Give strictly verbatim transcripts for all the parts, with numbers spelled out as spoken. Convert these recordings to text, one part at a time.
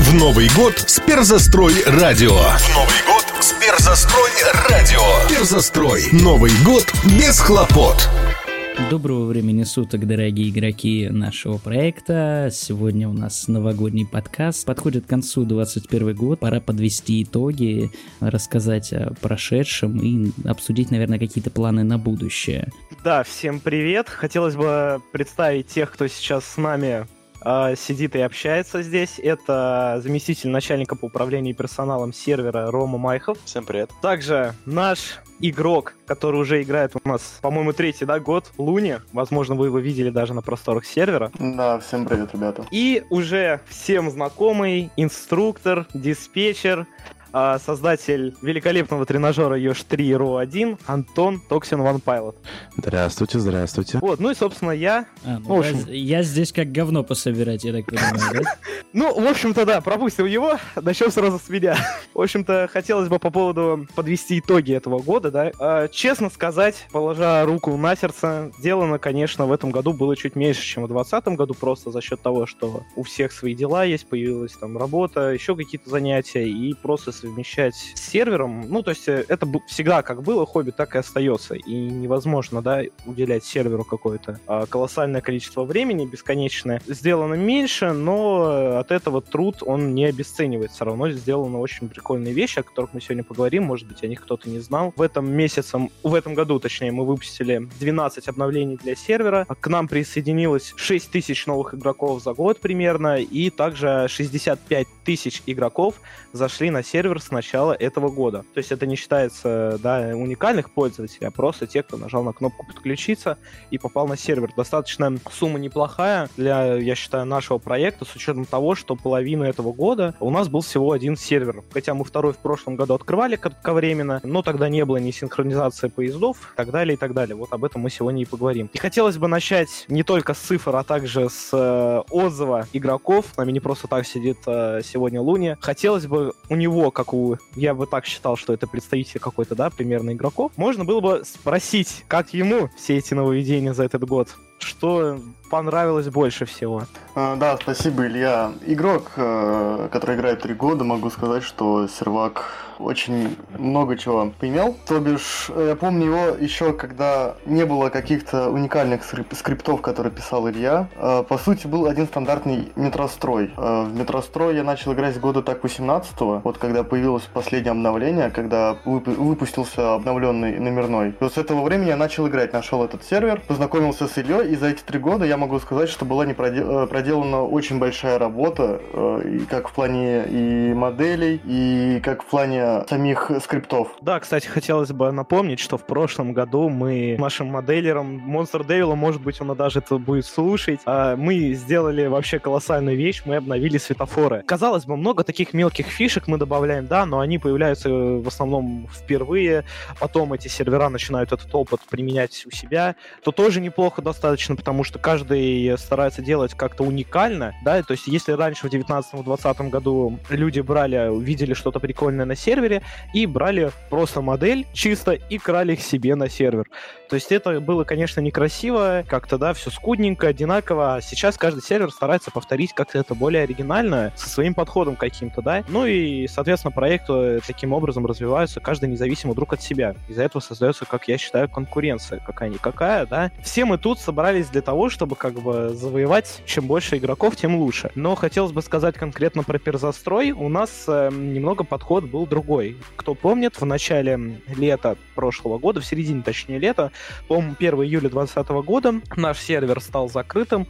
В Новый год с Перзастрой Радио. В Новый год с Перзастрой Радио. Перзастрой. Новый год без хлопот. Доброго времени суток, дорогие игроки нашего проекта. Сегодня у нас новогодний подкаст. Подходит к концу двадцать первый год. Пора подвести итоги, рассказать о прошедшем и обсудить, наверное, какие-то планы на будущее. Да, всем привет. Хотелось бы представить тех, кто сейчас с нами э, сидит и общается здесь. Это заместитель начальника по управлению персоналом сервера Рома Майхов. Всем привет. Также наш игрок, который уже играет у нас, по-моему, третий, да, год, Луни. Возможно, вы его видели даже на просторах сервера. Да, всем привет, ребята. И уже всем знакомый инструктор, диспетчер, создатель великолепного тренажера Йош три ро один Антон Toxin One Pilot. Здравствуйте, здравствуйте. Вот, ну и, собственно, я... А, ну, ну, в общем... я, я здесь как говно пособирать, я так понимаю, да? Ну, в общем-то, да, пропустим его, начнем сразу с меня. В общем-то, хотелось бы по поводу подвести итоги этого года, да. Честно сказать, положа руку на сердце, сделано, конечно, в этом году было чуть меньше, чем в двадцатом году, просто за счет того, что у всех свои дела есть, появилась там работа, еще какие-то занятия, и просто совмещать с сервером, ну, то есть это всегда как было хобби, так и остается, и невозможно, да, уделять серверу какое-то а, колоссальное количество времени, бесконечное. Сделано меньше, но от этого труд, он не обесценивает, все равно сделаны очень прикольные вещи, о которых мы сегодня поговорим, может быть, о них кто-то не знал. В этом месяце, в этом году, точнее, мы выпустили двенадцать обновлений для сервера, к нам присоединилось шесть тысяч новых игроков за год примерно, и также шестьдесят пять тысяч игроков зашли на сервер с начала этого года. То есть это не считается, да, уникальных пользователей, а просто те, кто нажал на кнопку подключиться и попал на сервер. Достаточно сумма неплохая для, я считаю, нашего проекта, с учетом того, что половину этого года у нас был всего один сервер. Хотя мы второй в прошлом году открывали кратковременно, но тогда не было ни синхронизации поездов и так далее, и так далее. Вот об этом мы сегодня и поговорим. И хотелось бы начать не только с цифр, а также с э, отзыва игроков. С нами не просто так сидит э, сегодня Луни. Хотелось бы у него, как у... Я бы так считал, что это представитель какой-то, да, примерно игроков. Можно было бы спросить, как ему все эти нововведения за этот год? Что понравилось больше всего? А, да, спасибо, Илья. Игрок, который играет три года, могу сказать, что сервак очень много чего поимел. То бишь, я помню его еще, когда не было каких-то уникальных скриптов, которые писал Илья. По сути, был один стандартный метрострой. В метрострой я начал играть с года так восемнадцатого, вот когда появилось последнее обновление, когда выпустился обновленный номерной. И вот с этого времени я начал играть, нашел этот сервер, познакомился с Ильей, и за эти три года я могу сказать, что была не продел- проделана очень большая работа, и как в плане и моделей, и как в плане самих скриптов. Да, кстати, хотелось бы напомнить, что в прошлом году мы нашим моделером Monster Devil, может быть, он даже это будет слушать, мы сделали вообще колоссальную вещь, мы обновили светофоры. Казалось бы, много таких мелких фишек мы добавляем, да, но они появляются в основном впервые, потом эти сервера начинают этот опыт применять у себя, то тоже неплохо достаточно, потому что каждый старается делать как-то уникально, да, то есть если раньше в девятнадцатом-двадцатом году люди брали, увидели что-то прикольное на сервере и брали просто модель чисто и крали их себе на сервер. То есть это было, конечно, некрасиво, как-то, да, все скудненько, одинаково, а сейчас каждый сервер старается повторить как-то это более оригинально, со своим подходом каким-то, да, ну и, соответственно, проекты таким образом развиваются, каждый независимо друг от себя. Из-за этого создается, как я считаю, конкуренция какая-никакая, да. Все мы тут собрались для того, чтобы как бы завоевать чем больше игроков, тем лучше. Но хотелось бы сказать конкретно про Перзастрой. У нас э, немного подход был другой. Кто помнит, в начале лета прошлого года, в середине, точнее, лета, по-моему, первого июля двадцатого года наш сервер стал закрытым,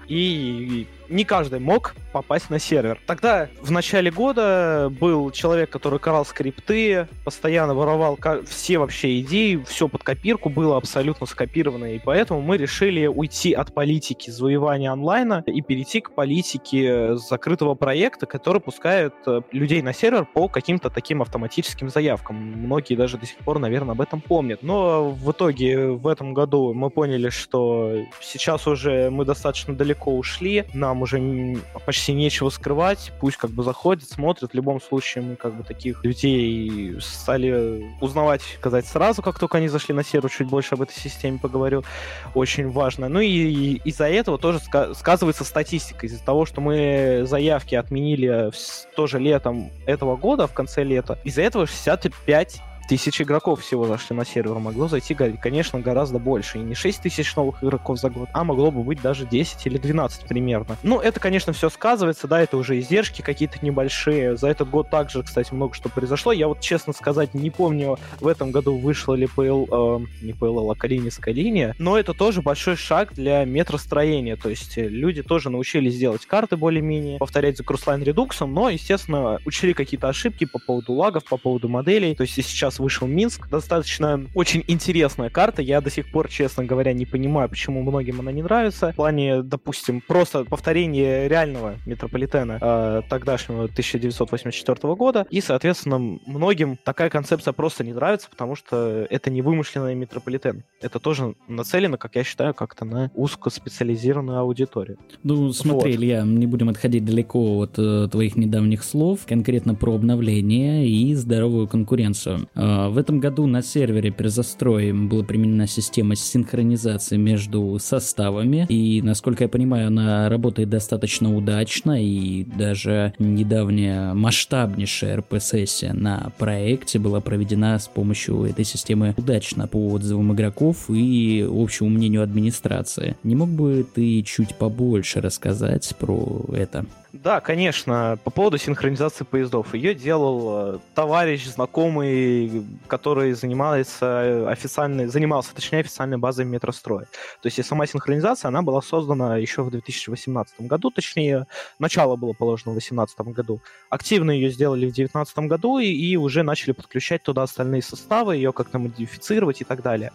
и не каждый мог попасть на сервер. Тогда в начале года был человек, который крал скрипты, постоянно воровал все вообще идеи, все под копирку было абсолютно скопировано, и поэтому мы решили уйти от политики завоевания онлайна и перейти к политике закрытого проекта, который пускает людей на сервер по каким-то таким автоматическим заявкам. Многие даже до сих пор, наверное, об этом помнят. Но в итоге в этом году мы поняли, что сейчас уже мы достаточно далеко ушли, нам нам уже почти нечего скрывать, пусть как бы заходят, смотрят. В любом случае мы как бы таких людей стали узнавать, сказать сразу, как только они зашли на сервер, чуть больше об этой системе поговорю, очень важно. Ну и, и из-за этого тоже ска- сказывается статистика, из-за того, что мы заявки отменили в, тоже летом этого года, в конце лета, из-за этого шестьдесят пять тысяч игроков всего зашли на сервер, могло зайти, конечно, гораздо больше. И не шесть тысяч новых игроков за год, а могло бы быть даже десять или двенадцать примерно. Ну, это, конечно, все сказывается, да, это уже издержки какие-то небольшие. За этот год также, кстати, много что произошло. Я вот, честно сказать, не помню, в этом году вышла ли пи эл, э, не пи эл эл, а Калининская линия, но это тоже большой шаг для метростроения. То есть люди тоже научились делать карты более-менее, повторять за Crossline Redux, но, естественно, учли какие-то ошибки по поводу лагов, по поводу моделей. То есть и сейчас вышел Минск. Достаточно очень интересная карта. Я до сих пор, честно говоря, не понимаю, почему многим она не нравится. В плане, допустим, просто повторение реального метрополитена э, тогдашнего тысяча девятьсот восемьдесят четвёртого года. И, соответственно, многим такая концепция просто не нравится, потому что это не вымышленный метрополитен. Это тоже нацелено, как я считаю, как-то на узкоспециализированную аудиторию. Ну, смотри, вот. Илья, не будем отходить далеко от э, твоих недавних слов, конкретно про обновление и здоровую конкуренцию. В этом году на сервере Перзастрой была применена система синхронизации между составами, и, насколько я понимаю, она работает достаточно удачно, и даже недавняя масштабнейшая эр пи-сессия на проекте была проведена с помощью этой системы удачно по отзывам игроков и общему мнению администрации. Не мог бы ты чуть побольше рассказать про это? Да, конечно. По поводу синхронизации поездов. Ее делал э, товарищ, знакомый, который занимается официальной, занимался, точнее, официальной базой метростроя. То есть и сама синхронизация, она была создана еще в две тысячи восемнадцатом году, точнее, начало было положено в две тысячи восемнадцатом году. Активно ее сделали в две тысячи девятнадцатом году и, и уже начали подключать туда остальные составы, ее как-то модифицировать и так далее.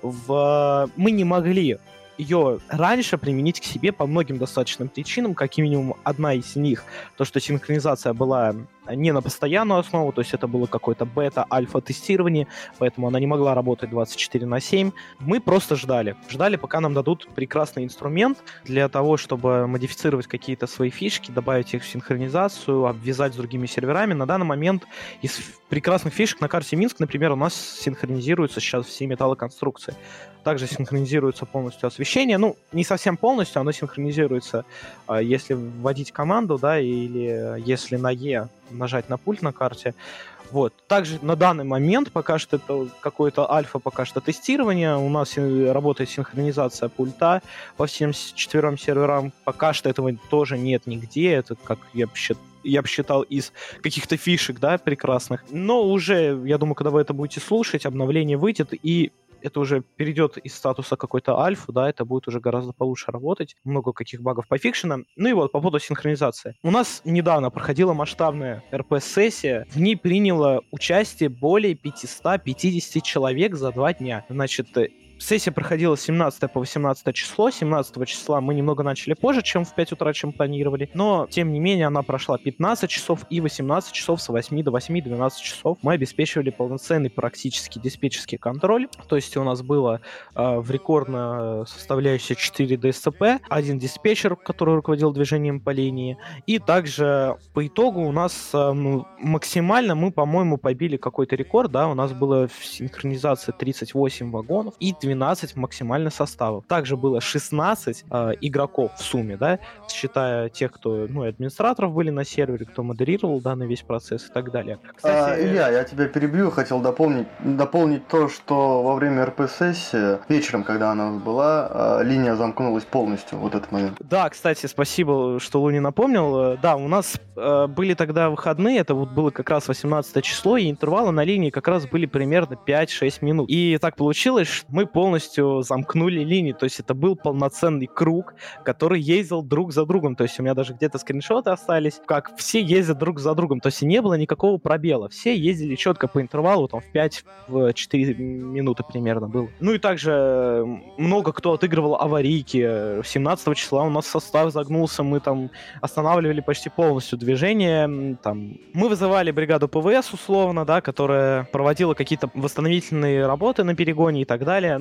В... Мы не могли ее раньше применить к себе по многим достаточным причинам, как минимум одна из них, то, что синхронизация была не на постоянную основу, то есть это было какое-то бета-альфа-тестирование, поэтому она не могла работать двадцать четыре на семь. Мы просто ждали. Ждали, пока нам дадут прекрасный инструмент для того, чтобы модифицировать какие-то свои фишки, добавить их в синхронизацию, обвязать с другими серверами. На данный момент из прекрасных фишек на карте Минск, например, у нас синхронизируются сейчас все металлоконструкции. Также синхронизируется полностью освещение. Ну, не совсем полностью, оно синхронизируется, если вводить команду, да, или если на Е нажать на пульт на карте. Вот. Также на данный момент, пока что это какое-то альфа, пока что тестирование, у нас работает синхронизация пульта по всем четырем серверам. Пока что этого тоже нет нигде. Это, как я считаю, я бы считал, из каких-то фишек, да, прекрасных. Но уже, я думаю, когда вы это будете слушать, обновление выйдет, и это уже перейдет из статуса какой-то альфа, да, это будет уже гораздо получше работать. Много каких багов пофикшено. Ну и вот, по поводу синхронизации. У нас недавно проходила масштабная эр пи-сессия. В ней приняло участие более пятьсот пятьдесят человек за два дня. Значит, сессия проходила с семнадцатого по восемнадцатое число. семнадцатого числа мы немного начали позже, чем в пять утра, чем планировали. Но, тем не менее, она прошла пятнадцать часов и восемнадцать часов с восьми до восьми двенадцать часов. Мы обеспечивали полноценный практически диспетчерский контроль. То есть у нас было э, в рекордно составляющей четыре ди эс цэ пэ, один диспетчер, который руководил движением по линии. И также по итогу у нас э, максимально мы, по-моему, побили какой-то рекорд. Да? У нас было в синхронизации тридцать восемь вагонов и двенадцать максимально составов. Также было шестнадцать э, игроков в сумме, да, считая тех, кто, ну, администраторов были на сервере, кто модерировал данный весь процесс и так далее. Кстати, а, Илья, я тебя перебью, хотел дополнить, дополнить то, что во время эр пи-сессии, вечером, когда она была, линия замкнулась полностью, вот этот момент. Да, кстати, спасибо, что Луни напомнил. Да, у нас э, были тогда выходные, это вот было как раз восемнадцатое число, и интервалы на линии как раз были примерно пять-шесть минут. И так получилось, что мы полностью замкнули линии, то есть это был полноценный круг, который ездил друг за другом, то есть у меня даже где-то скриншоты остались, как все ездят друг за другом, то есть не было никакого пробела, все ездили четко по интервалу, там в пять-четыре минуты примерно было. Ну и также много кто отыгрывал аварийки, семнадцатого числа у нас состав загнулся, мы там останавливали почти полностью движение, там мы вызывали бригаду пэ вэ эс условно, да, которая проводила какие-то восстановительные работы на перегоне и так далее. Ну,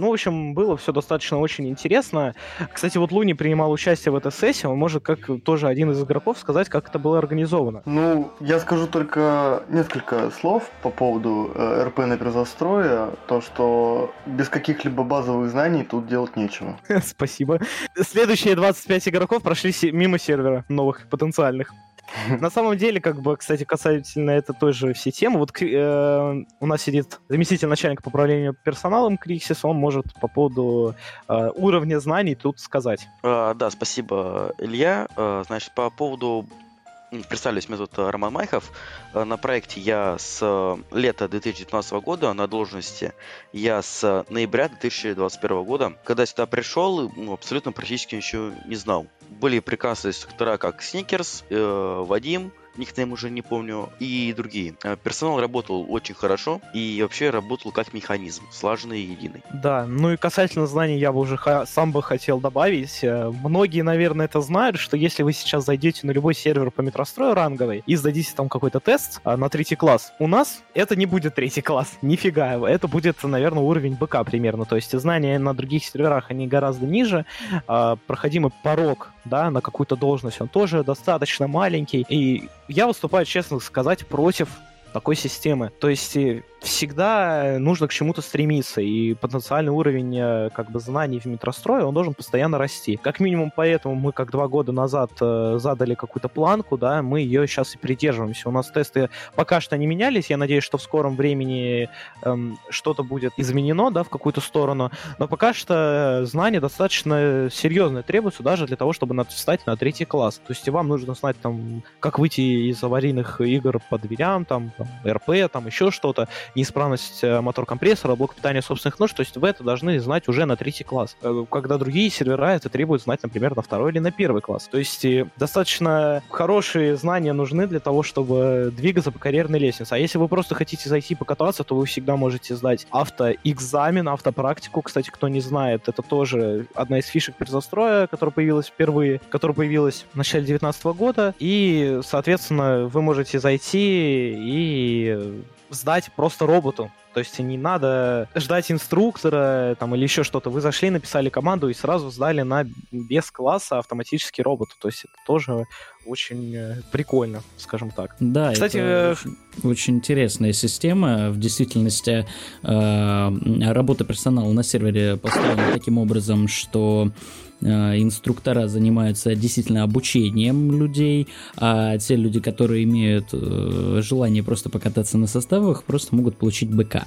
Ну, в общем, было все достаточно очень интересно. Кстати, вот Луни принимал участие в этой сессии, он может как тоже один из игроков сказать, как это было организовано. Ну, я скажу только несколько слов по поводу э, эр пэ на перезастрое, то, что без каких-либо базовых знаний тут делать нечего. Спасибо. Следующие двадцать пять игроков прошли мимо сервера новых потенциальных. На самом деле, как бы, кстати, касательно этой той же всей темы, вот э, у нас сидит заместитель начальника по управлению персоналом Криксис, он может по поводу э, уровня знаний тут сказать. А, да, спасибо, Илья. А, значит, по поводу... Представлюсь, меня зовут Роман Майхов. На проекте я с лета две тысячи девятнадцатого года, на должности я с ноября две тысячи двадцать первого года. Когда сюда пришел, ну, абсолютно практически ничего не знал. Были прекрасные инструктора, как Сникерс, э, Вадим, никнейм уже не помню, и другие. Персонал работал очень хорошо и вообще работал как механизм, слаженный и единый. Да, ну и касательно знаний я бы уже ха- сам бы хотел добавить. Многие, наверное, это знают, что если вы сейчас зайдете на любой сервер по метрострою ранговый и сдадите там какой-то тест а, на третий класс, у нас это не будет третий класс, нифига. Это будет, наверное, уровень БК примерно. То есть знания на других серверах, они гораздо ниже. А, проходимый порог, да, на какую-то должность, он тоже достаточно маленький. И я выступаю, честно сказать, против такой системы. То есть всегда нужно к чему-то стремиться, и потенциальный уровень как бы знаний в метрострое, он должен постоянно расти. Как минимум поэтому мы, как два года назад э, задали какую-то планку, да, мы ее сейчас и придерживаемся. У нас тесты пока что не менялись, я надеюсь, что в скором времени э, что-то будет изменено, да, в какую-то сторону, но пока что знания достаточно серьезные требуются даже для того, чтобы встать на третий класс. То есть вам нужно знать, там, как выйти из аварийных игр по дверям, там, там эр пэ, там, еще что-то, неисправность мотор-компрессора, блок питания собственных нож, то есть вы это должны знать уже на третий класс. Когда другие сервера это требуют знать, например, на второй или на первый класс. То есть достаточно хорошие знания нужны для того, чтобы двигаться по карьерной лестнице. А если вы просто хотите зайти покататься, то вы всегда можете сдать автоэкзамен, автопрактику. Кстати, кто не знает, это тоже одна из фишек перезастроя, которая появилась впервые, которая появилась в начале две тысячи девятнадцатого года. И, соответственно, вы можете зайти и сдать просто роботу. То есть не надо ждать инструктора там, или еще что-то. Вы зашли, написали команду и сразу сдали на без класса автоматический робот. То есть это тоже очень прикольно, скажем так. Да, кстати, это очень, очень интересная система. В действительности э, работа персонала на сервере построена таким образом, что инструктора занимаются действительно обучением людей, а те люди, которые имеют желание просто покататься на составах, просто могут получить БК.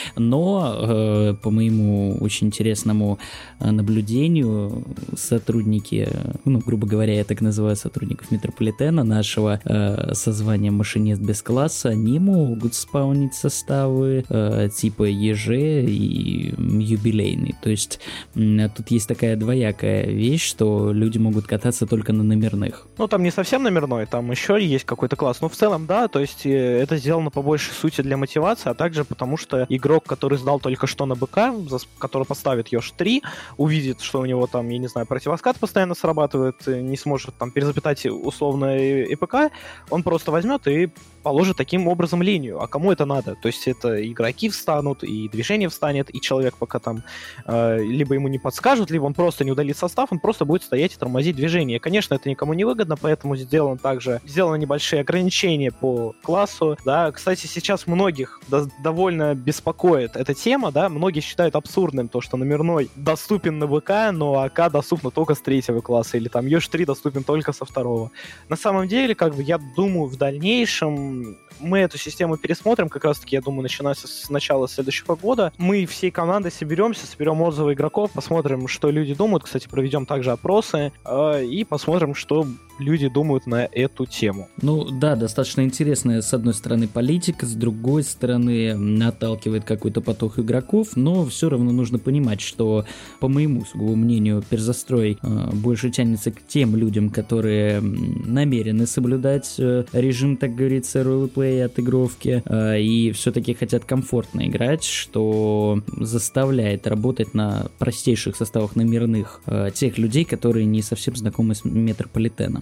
Но, по моему очень интересному наблюдению, сотрудники, ну, грубо говоря, я так называю сотрудников метрополитена нашего со званием машинист без класса, не могут спаунить составы типа ЕЖ и юбилейный. То есть тут есть такая двоякая вещь, что люди могут кататься только на номерных. Ну, там не совсем номерной, там еще есть какой-то класс. Но в целом, да, то есть это сделано по большей сути для мотивации, а также потому, что игрок, который сдал только что на БК, который поставит Йош три, увидит, что у него там, я не знаю, противоскат постоянно срабатывает, не сможет там перезапитать условно ЭПК, он просто возьмет и положит таким образом линию. А кому это надо? То есть это игроки встанут, и движение встанет, и человек пока там э, либо ему не подскажут, либо он просто не удалит состав, он просто будет стоять и тормозить движение. Конечно, это никому не выгодно, поэтому сделано также, сделаны небольшие ограничения по классу, да. Кстати, сейчас многих до- довольно беспокоит эта тема, да, многие считают абсурдным то, что номерной доступен на ВК, но АК доступна только с третьего класса, или там Йош три доступен только со второго. На самом деле, как бы, я думаю, в дальнейшем мы эту систему пересмотрим, как раз-таки, я думаю, начиная с начала следующего года. Мы всей командой соберемся, соберем отзывы игроков, посмотрим, что люди думают. Кстати, проведем также опросы э, и посмотрим, что люди думают на эту тему. Ну да, достаточно интересная, с одной стороны, политика, с другой стороны, отталкивает какой-то поток игроков, но все равно нужно понимать, что, по моему сугубо мнению, перезастрой э, больше тянется к тем людям, которые намерены соблюдать э, режим, так говорится, ролеплей, отыгровки, э, и все-таки хотят комфортно играть, что заставляет работать на простейших составах номерных э, тех людей, которые не совсем знакомы с метрополитеном.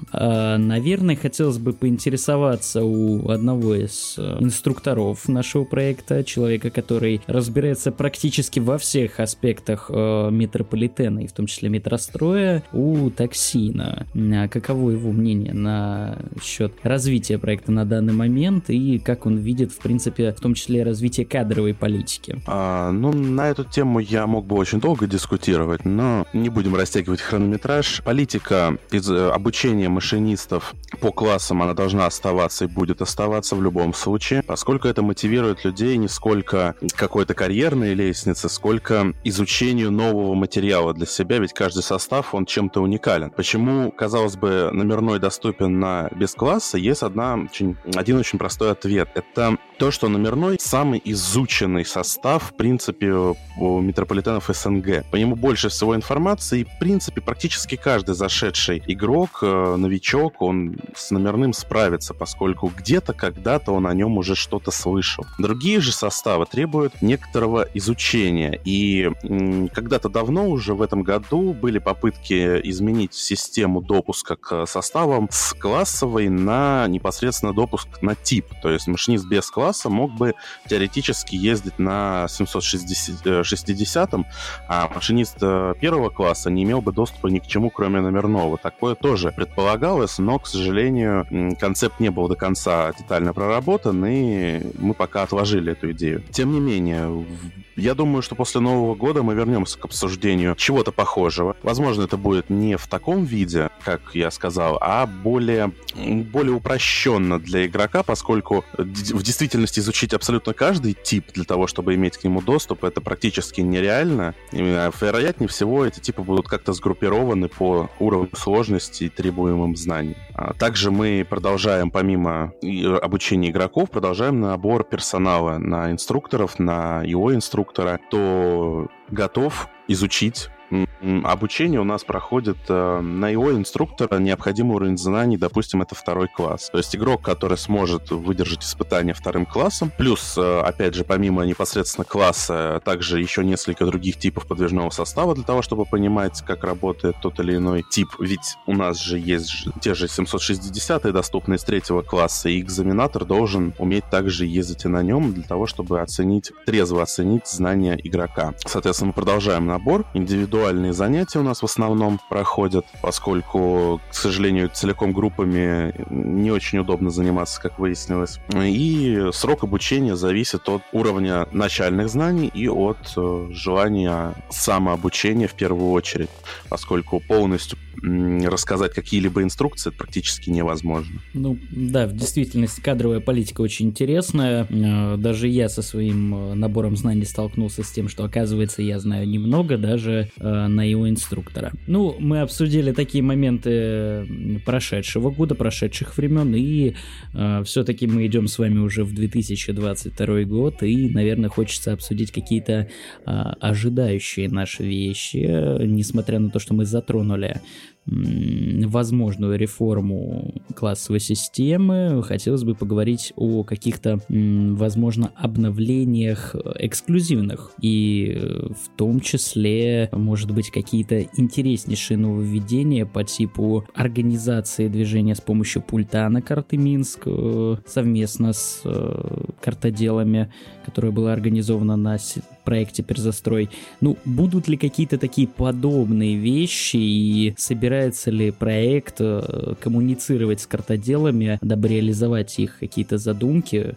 Наверное, хотелось бы поинтересоваться у одного из инструкторов нашего проекта, человека, который разбирается практически во всех аспектах метрополитена, и в том числе метростроя, у Токсина. Каково его мнение на счет развития проекта на данный момент и как он видит, в принципе, в том числе развитие кадровой политики? А, ну, на эту тему я мог бы очень долго дискутировать, но не будем растягивать хронометраж. Политика из обучения машинистов по классам, она должна оставаться и будет оставаться в любом случае, поскольку это мотивирует людей не сколько какой-то карьерной лестницы, сколько изучению нового материала для себя, ведь каждый состав, он чем-то уникален. Почему, казалось бы, номерной доступен на без класса, есть одна, очень, один очень простой ответ. Это то, что номерной самый изученный состав, в принципе, у метрополитенов СНГ. По нему больше всего информации, и, в принципе, практически каждый зашедший игрок, новичок, он с номерным справится, поскольку где-то, когда-то он о нем уже что-то слышал. Другие же составы требуют некоторого изучения, и м- когда-то давно, уже в этом году, были попытки изменить систему допуска к составам с классовой на непосредственно допуск на тип, то есть машинист без класса мог бы теоретически ездить на семьсот шестидесятом, а машинист первого класса не имел бы доступа ни к чему, кроме номерного. Такое тоже предполагалось, но, к сожалению, концепт не был до конца детально проработан, и мы пока отложили эту идею. Тем не менее, я думаю, что после Нового года мы вернемся к обсуждению чего-то похожего. Возможно, это будет не в таком виде, как я сказал, а более, более упрощенно для игрока, поскольку в действительности изучить абсолютно каждый тип для того, чтобы иметь к нему доступ, это практически нереально. И, вероятнее всего, эти типы будут как-то сгруппированы по уровню сложности и требуемым знаний. Также мы продолжаем, помимо обучения игроков, продолжаем набор персонала на инструкторов, на и о-инструктора, кто готов изучить. Обучение у нас проходит э, на и о-инструктора необходимый уровень знаний, допустим, это второй класс. То есть игрок, который сможет выдержать испытание вторым классом, плюс, э, опять же, помимо непосредственно класса, также еще несколько других типов подвижного состава для того, чтобы понимать, как работает тот или иной тип. Ведь у нас же есть те же семьсот шестидесятые, доступные с третьего класса, и экзаменатор должен уметь также ездить и на нем для того, чтобы оценить, трезво оценить знания игрока. Соответственно, мы продолжаем набор. Индивидуальные занятия у нас в основном проходят, поскольку, к сожалению, целиком группами не очень удобно заниматься, как выяснилось. И срок обучения зависит от уровня начальных знаний и от э, желания самообучения в первую очередь, поскольку полностью рассказать какие-либо инструкции практически невозможно. Ну, да, в действительности кадровая политика очень интересная. Даже я со своим набором знаний столкнулся с тем, что, оказывается, я знаю немного даже на и о-инструктора. Ну, мы обсудили такие моменты прошедшего года, прошедших времен, и э, все-таки мы идем с вами уже в две тысячи двадцать второй год, и, наверное, хочется обсудить какие-то э, ожидающие наши вещи, несмотря на то, что мы затронули возможную реформу классовой системы, хотелось бы поговорить о каких-то, возможно, обновлениях эксклюзивных, и в том числе, может быть, какие-то интереснейшие нововведения по типу организации движения с помощью пульта на карты Минск совместно с картоделами, которая была организована на проекте «Перзастрой». Ну, будут ли какие-то такие подобные вещи, и собирается ли проект коммуницировать с картоделами, дабы реализовать их какие-то задумки,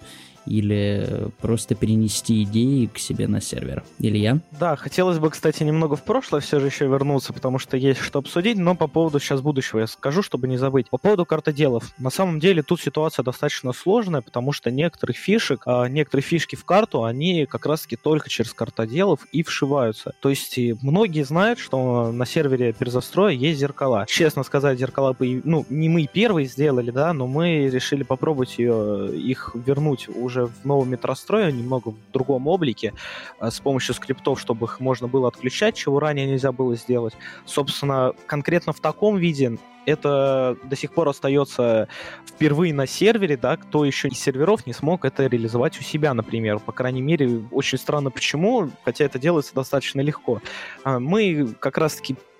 или просто перенести идеи к себе на сервер? Илья? Да, хотелось бы, кстати, немного в прошлое все же еще вернуться, потому что есть что обсудить, но по поводу сейчас будущего я скажу, чтобы не забыть. По поводу картоделов. На самом деле тут ситуация достаточно сложная, потому что некоторых фишек, а некоторые фишки в карту, они как раз-таки только через картоделов и вшиваются. То есть многие знают, что на сервере Перзастроя есть зеркала. Честно сказать, зеркала, ну, не мы первые сделали, да, но мы решили попробовать ее, их вернуть уже уже в новом метрострое, немного в другом облике, с помощью скриптов, чтобы их можно было отключать, чего ранее нельзя было сделать. Собственно, конкретно в таком виде это до сих пор остается впервые на сервере, да, кто еще из серверов не смог это реализовать у себя, например. По крайней мере, очень странно почему, хотя это делается достаточно легко. Мы как раз-таки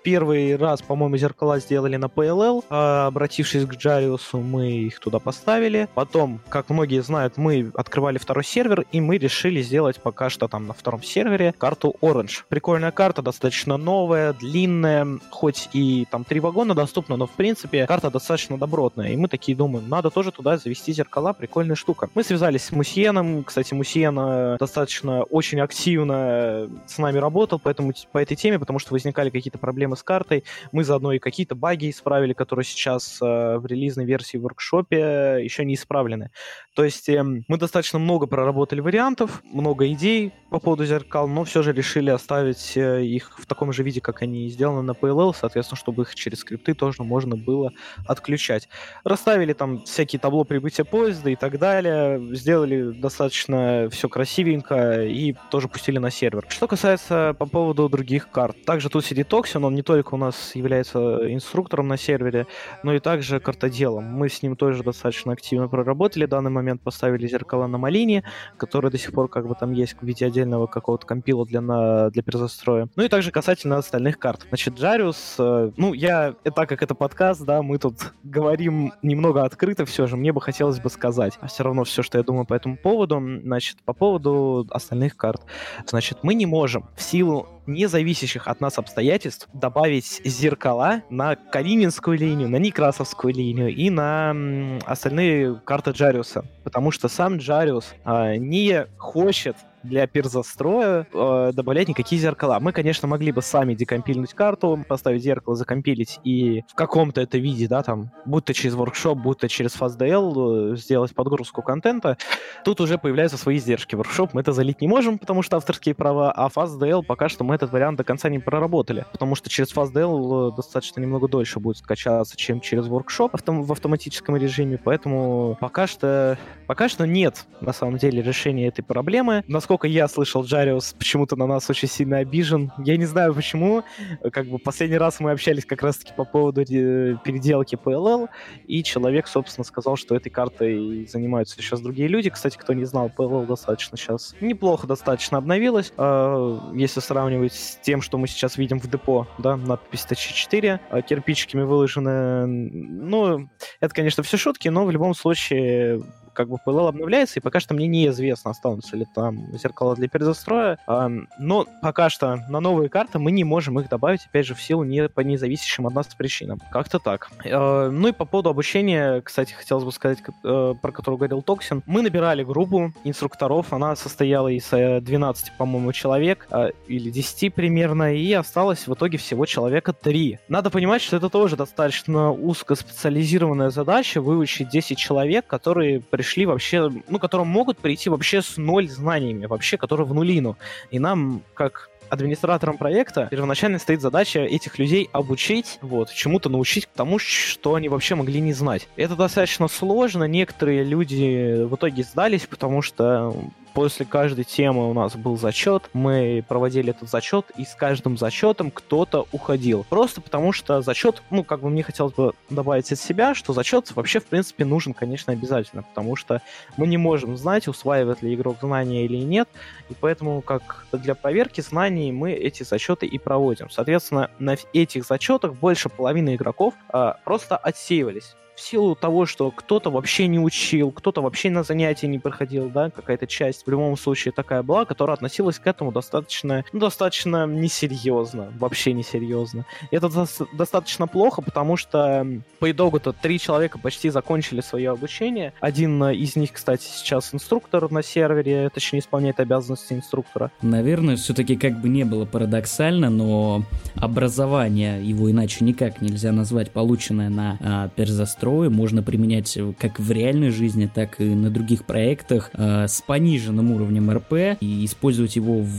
первый раз, по-моему, зеркала сделали на пи эл эл, а, обратившись к Джариусу, мы их туда поставили. Потом, как многие знают, мы открывали второй сервер, и мы решили сделать пока что там на втором сервере карту Orange. Прикольная карта, достаточно новая, длинная, хоть и там три вагона доступно, но в принципе карта достаточно добротная. И мы такие думаем, надо тоже туда завести зеркала, прикольная штука. Мы связались с Мусьеном, кстати, Мусьен достаточно очень активно с нами работал поэтому, по этой теме, потому что возникали какие-то проблемы с картой. Мы заодно и какие-то баги исправили, которые сейчас э, в релизной версии в воркшопе еще не исправлены. То есть э, мы достаточно много проработали вариантов, много идей по поводу зеркал, но все же решили оставить э, их в таком же виде, как они сделаны на пи эл эл, соответственно, чтобы их через скрипты тоже можно было отключать. Расставили там всякие табло прибытия поезда и так далее, сделали достаточно все красивенько и тоже пустили на сервер. Что касается по поводу других карт, также тут сидит Токсин, он не только у нас является инструктором на сервере, но и также картоделом. Мы с ним тоже достаточно активно проработали, в данный момент поставили зеркала на Малине, которые до сих пор как бы там есть в виде отдельного какого-то компила для, на, для перезастроя. Ну и также касательно остальных карт. Значит, Джариус, э, ну я, так как это подкаст, да, мы тут говорим немного открыто все же, мне бы хотелось бы сказать, а все равно все, что я думаю по этому поводу, значит, по поводу остальных карт. Значит, мы не можем в силу независящих от нас обстоятельств добавить зеркала на Калининскую линию, на Некрасовскую линию и на м, остальные карты Джариуса, потому что сам Джариус а, не хочет для перзастроя э, добавлять никакие зеркала. Мы, конечно, могли бы сами декомпильнуть карту, поставить зеркало, закомпилить и в каком-то это виде, да, там, будь то через воркшоп, будь то через FastDL, э, сделать подгрузку контента. Тут уже появляются свои издержки. Воркшоп мы это залить не можем, потому что авторские права, а FastDL пока что мы этот вариант до конца не проработали, потому что через FastDL достаточно немного дольше будет скачаться, чем через воркшоп автом- в автоматическом режиме, поэтому пока что, пока что нет, на самом деле, решения этой проблемы. Насколько Насколько я слышал, Джариус почему-то на нас очень сильно обижен. Я не знаю почему. Как бы последний раз мы общались как раз-таки по поводу переделки пи эл эл, и человек, собственно, сказал, что этой картой занимаются сейчас другие люди. Кстати, кто не знал, пи эл эл достаточно сейчас неплохо достаточно обновилась. Если сравнивать с тем, что мы сейчас видим в депо, да, надпись тэ четыре, кирпичиками выложены. Ну, это, конечно, все шутки, но в любом случае как бы пи эл эл обновляется, и пока что мне неизвестно, останутся ли там зеркала для перезастроя. Но пока что на новые карты мы не можем их добавить, опять же, в силу не по независящим от нас причинам. Как-то так. Ну и по поводу обучения, кстати, хотелось бы сказать, про которую говорил Токсин. Мы набирали группу инструкторов, она состояла из двенадцати, по-моему, человек, или десяти примерно, и осталось в итоге всего человека три. Надо понимать, что это тоже достаточно узкоспециализированная задача, выучить десять человек, которые пришли вообще, ну, которым могут прийти вообще с ноль знаниями, вообще, которые в нулину. И нам, как администраторам проекта, первоначально стоит задача этих людей обучить, вот, чему-то научить тому, что они вообще могли не знать. Это достаточно сложно, некоторые люди в итоге сдались, потому что после каждой темы у нас был зачет, мы проводили этот зачет, и с каждым зачетом кто-то уходил. Просто потому что зачет, ну, как бы мне хотелось бы добавить от себя, что зачет вообще, в принципе, нужен, конечно, обязательно, потому что мы не можем знать, усваивает ли игрок знания или нет, и поэтому, как для проверки знаний, мы эти зачеты и проводим. Соответственно, на этих зачетах больше половины игроков а, просто отсеивались. В силу того, что кто-то вообще не учил, кто-то вообще на занятия не проходил, да, какая-то часть в любом случае такая была, которая относилась к этому достаточно, ну, достаточно несерьезно, вообще несерьезно. И это до- достаточно плохо, потому что по итогу-то три человека почти закончили свое обучение. Один из них, кстати, сейчас инструктор на сервере, точнее, исполняет обязанности инструктора. Наверное, все-таки как бы не было парадоксально, но образование, его иначе никак нельзя назвать, полученное на а, перзастрое, можно применять как в реальной жизни, так и на других проектах э, с пониженным уровнем эр пи и использовать его в,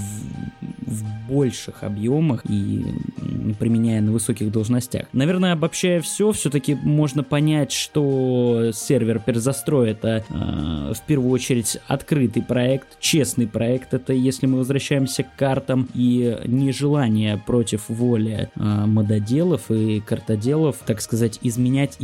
в больших объемах и применяя на высоких должностях. Наверное, обобщая все, все-таки можно понять, что сервер перезастрой — это э, в первую очередь открытый проект, честный проект. Это если мы возвращаемся к картам и нежелание против воли э, мододелов и картоделов, так сказать, изменять их дети.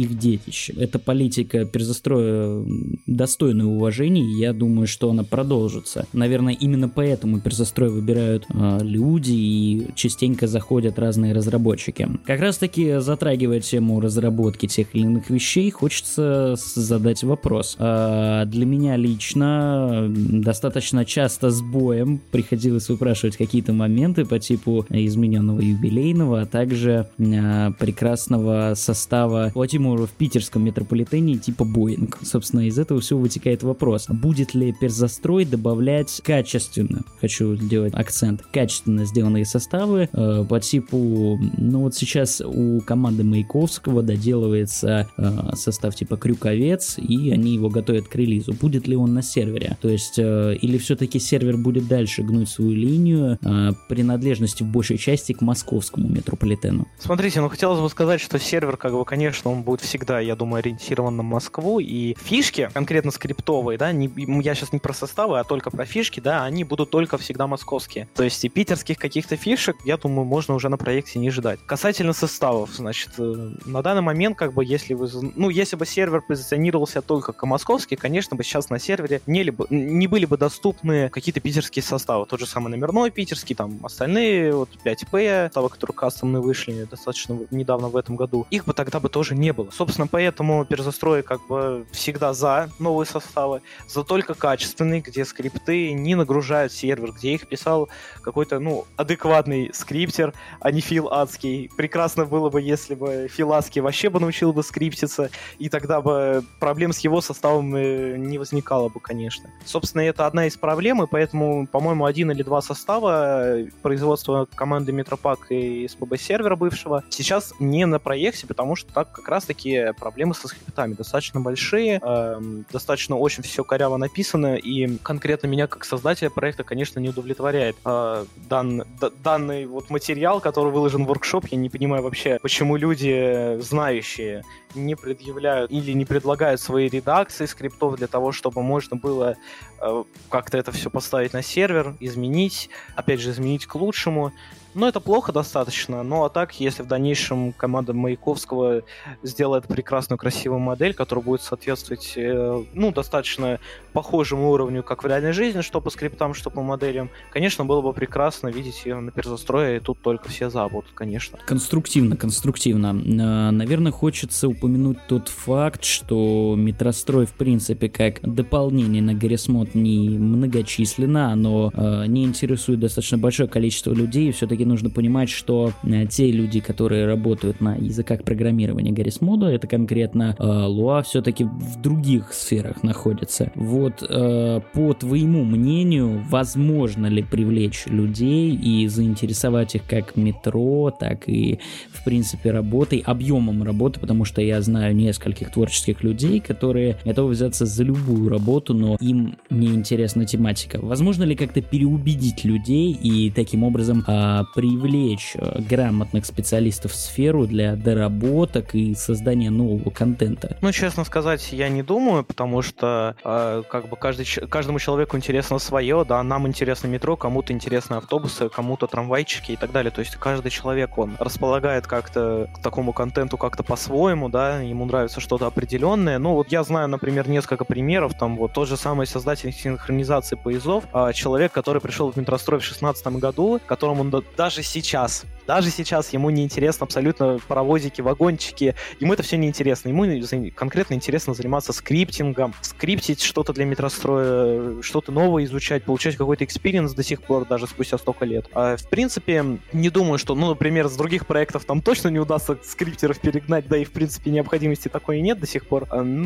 Никитич. Эта политика перезастроя достойна уважения, и я думаю, что она продолжится. Наверное, именно поэтому перезастрой выбирают э, люди и частенько заходят разные разработчики. Как раз таки, затрагивая тему разработки тех или иных вещей, хочется задать вопрос. Э, для меня лично достаточно часто с боем приходилось выпрашивать какие-то моменты по типу измененного юбилейного, а также э, прекрасного состава по Тимуру в питерском метрополитене типа Боинг. Собственно, из этого всего вытекает вопрос, будет ли перзастрой добавлять качественно, хочу сделать акцент, качественно сделанные составы э, по типу, ну вот сейчас у команды Маяковского доделывается э, состав типа Крюковец, и они его готовят к релизу. Будет ли он на сервере? То есть, э, или все-таки сервер будет дальше гнуть свою линию э, принадлежности в большей части к московскому метрополитену? Смотрите, ну хотелось бы сказать, что сервер, как бы, конечно, он будет всегда, я думаю, ориентирован на Москву, и фишки, конкретно скриптовые, да, не, я сейчас не про составы, а только про фишки, да, они будут только всегда московские. То есть и питерских каких-то фишек, я думаю, можно уже на проекте не ждать. Касательно составов, значит, на данный момент, как бы, если вы, ну, если бы сервер позиционировался только как московский, конечно бы сейчас на сервере не, либо, не были бы доступны какие-то питерские составы. Тот же самый номерной питерский, там, остальные, вот, пять пэ, составы, которые кастомные вышли достаточно недавно в этом году, их бы тогда бы тоже не было. Собственно, поэтому перезастрой, как бы, всегда за новые составы, за только качественные, где скрипты не нагружают сервер, где их писал какой-то, ну, адекватный скриптер, а не Фил Адский. Прекрасно было бы, если бы Фил Адский вообще бы научил бы скриптиться, и тогда бы проблем с его составом не возникало бы, конечно. Собственно, это одна из проблем, и поэтому, по-моему, один или два состава производства команды Метропак и эс пэ бэ-сервера бывшего сейчас не на проекте, потому что так как раз-таки проблемы со скриптами достаточно большие, э, достаточно очень все коряво написано, и конкретно меня как создателя проекта, конечно, не удовлетворяет э, дан, д- данный вот материал, который выложен в воркшоп. Я не понимаю вообще, почему люди, знающие, не предъявляют или не предлагают свои редакции скриптов для того, чтобы можно было э, как-то это все поставить на сервер, изменить, опять же, изменить к лучшему. Но это плохо достаточно, ну а так, если в дальнейшем команда Маяковского сделает прекрасную, красивую модель, которая будет соответствовать, э, ну, достаточно похожему уровню, как в реальной жизни, что по скриптам, что по моделям, конечно, было бы прекрасно видеть ее на перезастрое, и тут только все за будут, конечно. Конструктивно, конструктивно. Наверное, хочется упомянуть тот факт, что метрострой, в принципе, как дополнение на Гаррисмод не многочисленно, оно э, не интересует достаточно большое количество людей, и все-таки нужно понимать, что э, те люди, которые работают на языках программирования Гаррисмода, это конкретно э, Lua, все-таки в других сферах находится. Вот э, по твоему мнению, возможно ли привлечь людей и заинтересовать их как метро, так и, в принципе, работой, объемом работы, потому что я знаю нескольких творческих людей, которые готовы взяться за любую работу, но им не интересна тематика. Возможно ли как-то переубедить людей и таким образом э, привлечь грамотных специалистов в сферу для доработок и создания нового контента? Ну, честно сказать, я не думаю, потому что э, как бы каждый, каждому человеку интересно свое, да, нам интересно метро, кому-то интересны автобусы, кому-то трамвайчики и так далее. То есть каждый человек, он располагает как-то к такому контенту как-то по-своему, да, ему нравится что-то определенное. Ну, вот я знаю, например, несколько примеров, там вот тот же самый создатель синхронизации поездов, э, человек, который пришел в метрострой в шестнадцатом году, которому он даже сейчас, даже сейчас ему не интересно абсолютно паровозики, вагончики, ему это все не интересно, ему конкретно интересно заниматься скриптингом, скриптить что-то для метростроя, что-то новое изучать, получать какой-то экспириенс до сих пор, даже спустя столько лет. А, в принципе, не думаю, что, ну, например, с других проектов там точно не удастся скриптеров перегнать, да и, в принципе, необходимости такой нет до сих пор,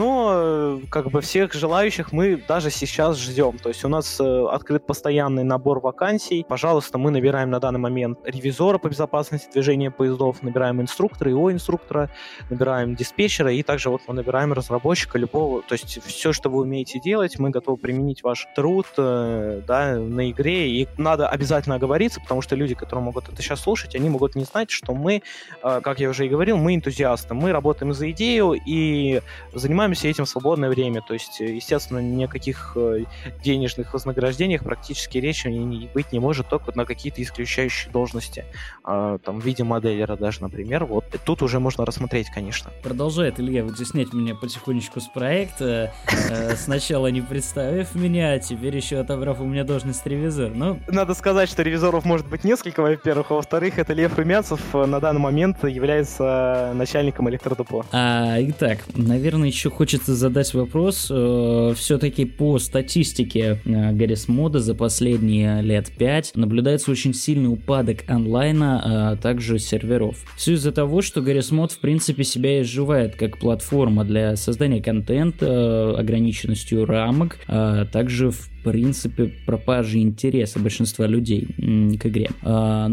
но, как бы, всех желающих мы даже сейчас ждем, то есть у нас открыт постоянный набор вакансий, пожалуйста, мы набираем на данный момент ревизора по безопасности движения поездов, набираем инструктора, ИО инструктора, набираем диспетчера, и также вот мы набираем разработчика любого, то есть все, что вы умеете делать, мы готовы применить ваш труд, э, да, на игре, и надо обязательно оговориться, потому что люди, которые могут это сейчас слушать, они могут не знать, что мы, э, как я уже и говорил, мы энтузиасты, мы работаем за идею и занимаемся этим в свободное время, то есть, естественно, никаких э, денежных вознаграждениях практически речи быть не может, только на какие-то исключающие должности. э, там, в виде моделлера даже, например, вот тут уже можно рассмотреть, конечно. Продолжает Илья вытеснять меня потихонечку с проекта, э, сначала не представив меня, а теперь еще отобрав у меня должность ревизора. Ну, надо сказать, что ревизоров может быть несколько, во-первых, а во-вторых, это Лев Румянцев на данный момент является начальником электродепо. А, итак, наверное, еще хочется задать вопрос. Э, все-таки по статистике э, Гаррисмода за последние лет пять наблюдается очень сильный упадок онлайна, а также серверов. Все из-за того, что Гаррисмод в принципе себя изживает как платформа для создания контента, э, ограниченностью рамок, а также в в принципе, пропажи интереса большинства людей м, к игре. А,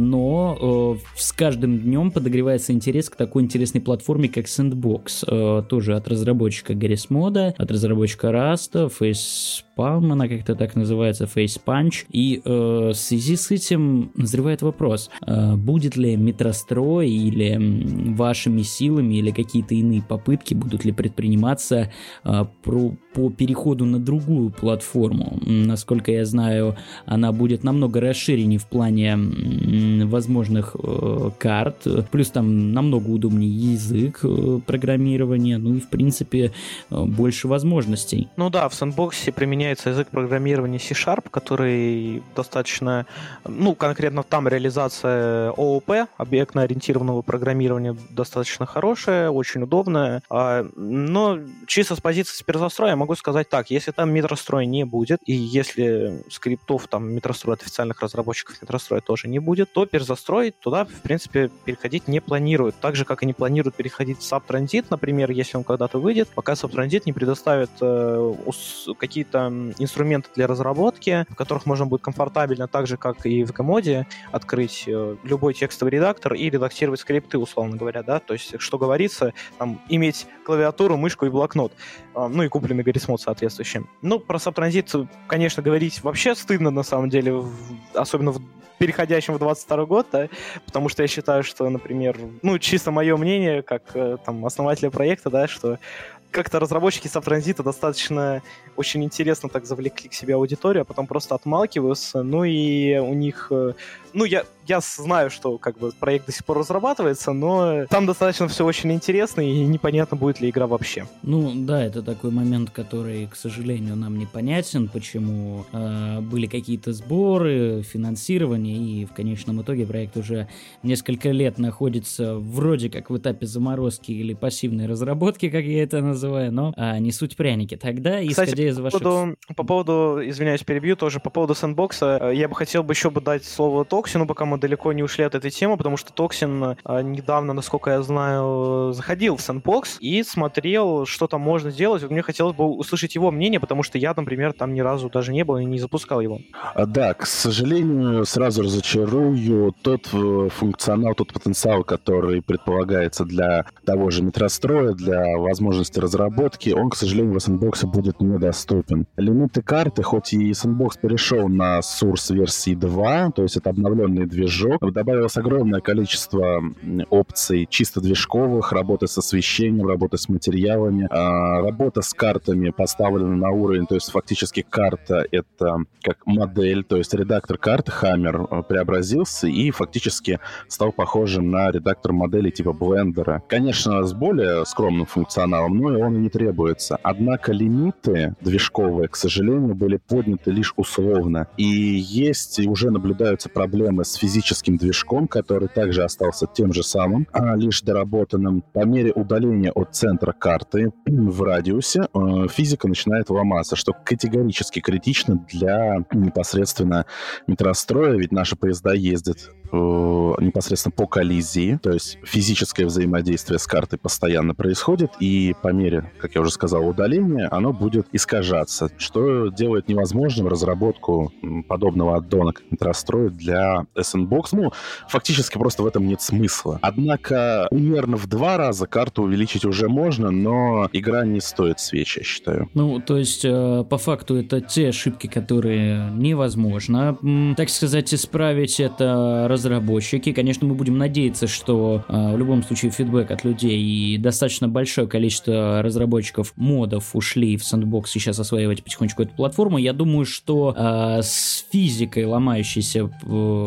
но э, с каждым днем подогревается интерес к такой интересной платформе, как Sandbox. Э, тоже от разработчика Гаррисмода, от разработчика Rust, Facepalm, она как-то так называется, Facepunch. И э, в связи с этим назревает вопрос, э, будет ли метрострой или м, вашими силами или какие-то иные попытки будут ли предприниматься э, про, по переходу на другую платформу. Насколько я знаю, она будет намного расширеннее в плане м, возможных э, карт, плюс там намного удобнее язык э, программирования, ну и в принципе э, больше возможностей. Ну да, в сэндбоксе применяется язык программирования C-Sharp, который достаточно, ну конкретно там реализация о о пи, объектно-ориентированного программирования, достаточно хорошая, очень удобная, а, но чисто с позиции перезастроя я могу сказать так, если там метростроя не будет, и если скриптов там метрострой от официальных разработчиков метростроя тоже не будет, то перезастрой туда, в принципе, переходить не планируют. Так же, как и не планируют переходить в Subtransit, например, если он когда-то выйдет, пока Subtransit не предоставит э, какие-то инструменты для разработки, в которых можно будет комфортабельно, так же, как и в Gmoде, открыть э, любой текстовый редактор и редактировать скрипты, условно говоря, да, то есть, что говорится, там, иметь клавиатуру, мышку и блокнот, э, ну и купленный Гаррисмод соответствующий. Ну, про Subtransit, конечно, говорить вообще стыдно, на самом деле, в, особенно в переходящем в двадцать второй год, да, потому что я считаю, что, например, ну, чисто мое мнение, как э, там основателя проекта, да, что как-то разработчики Subtransit достаточно очень интересно так завлекли к себе аудиторию, а потом просто отмалкиваются, ну и у них, ну я, я знаю, что как бы проект до сих пор разрабатывается, но там достаточно все очень интересно и непонятно, будет ли игра вообще. Ну да, это такой момент, который, к сожалению, нам непонятен, почему э, были какие-то сборы, финансирование, и в конечном итоге проект уже несколько лет находится вроде как в этапе заморозки или пассивной разработки, как я это называю, но а, не суть пряники. Тогда, Кстати, исходя из по ваших... поводу, по поводу, извиняюсь, перебью, тоже по поводу сэндбокса, я бы хотел бы еще бы дать слово Токсину, пока мы далеко не ушли от этой темы, потому что Токсин а, недавно, насколько я знаю, заходил в сэндбокс и смотрел, что там можно сделать. Мне хотелось бы услышать его мнение, потому что я, например, там ни разу даже не был и не запускал его. А, да, к сожалению, сразу разочарую, тот функционал, тот потенциал, который предполагается для того же метростроя, для возможности разработки, он, к сожалению, в сэндбоксе будет недоступен. Лимиты карты, хоть и сэндбокс перешел на Source версии два, то есть это обновленный движок, добавилось огромное количество опций чисто движковых, работы с освещением, работы с материалами, работа с картами поставлена на уровень, то есть фактически карта — это как модель, то есть редактор карты Hammer преобразился и фактически стал похожим на редактор модели типа блендера. Конечно, с более скромным функционалом, но и он и не требуется. Однако лимиты движковые, к сожалению, были подняты лишь условно. И есть, и уже наблюдаются проблемы с физическим движком, который также остался тем же самым, а лишь доработанным. По мере удаления от центра карты в радиусе э, физика начинает ломаться, что категорически критично для непосредственно метростроя, ведь наши поезда ездят э, непосредственно по коллизии, то есть физическое взаимодействие с картой постоянно происходит, и по мере, как я уже сказал, удаления, оно будет искажаться, что делает невозможным разработку подобного аддона, как метрострой, для сэндбокс. Ну, фактически просто в этом нет смысла. Однако примерно в два раза карту увеличить уже можно, но игра не стоит свеч, я считаю. Ну, то есть, э, по факту, это те ошибки, которые невозможно, м, так сказать, исправить. Это разработчики. Конечно, мы будем надеяться, что э, в любом случае фидбэк от людей и достаточно большое количество разработчиков модов ушли в сэндбокс и сейчас осваивать потихонечку эту платформу. Я думаю, что э, с физикой, ломающейся э, по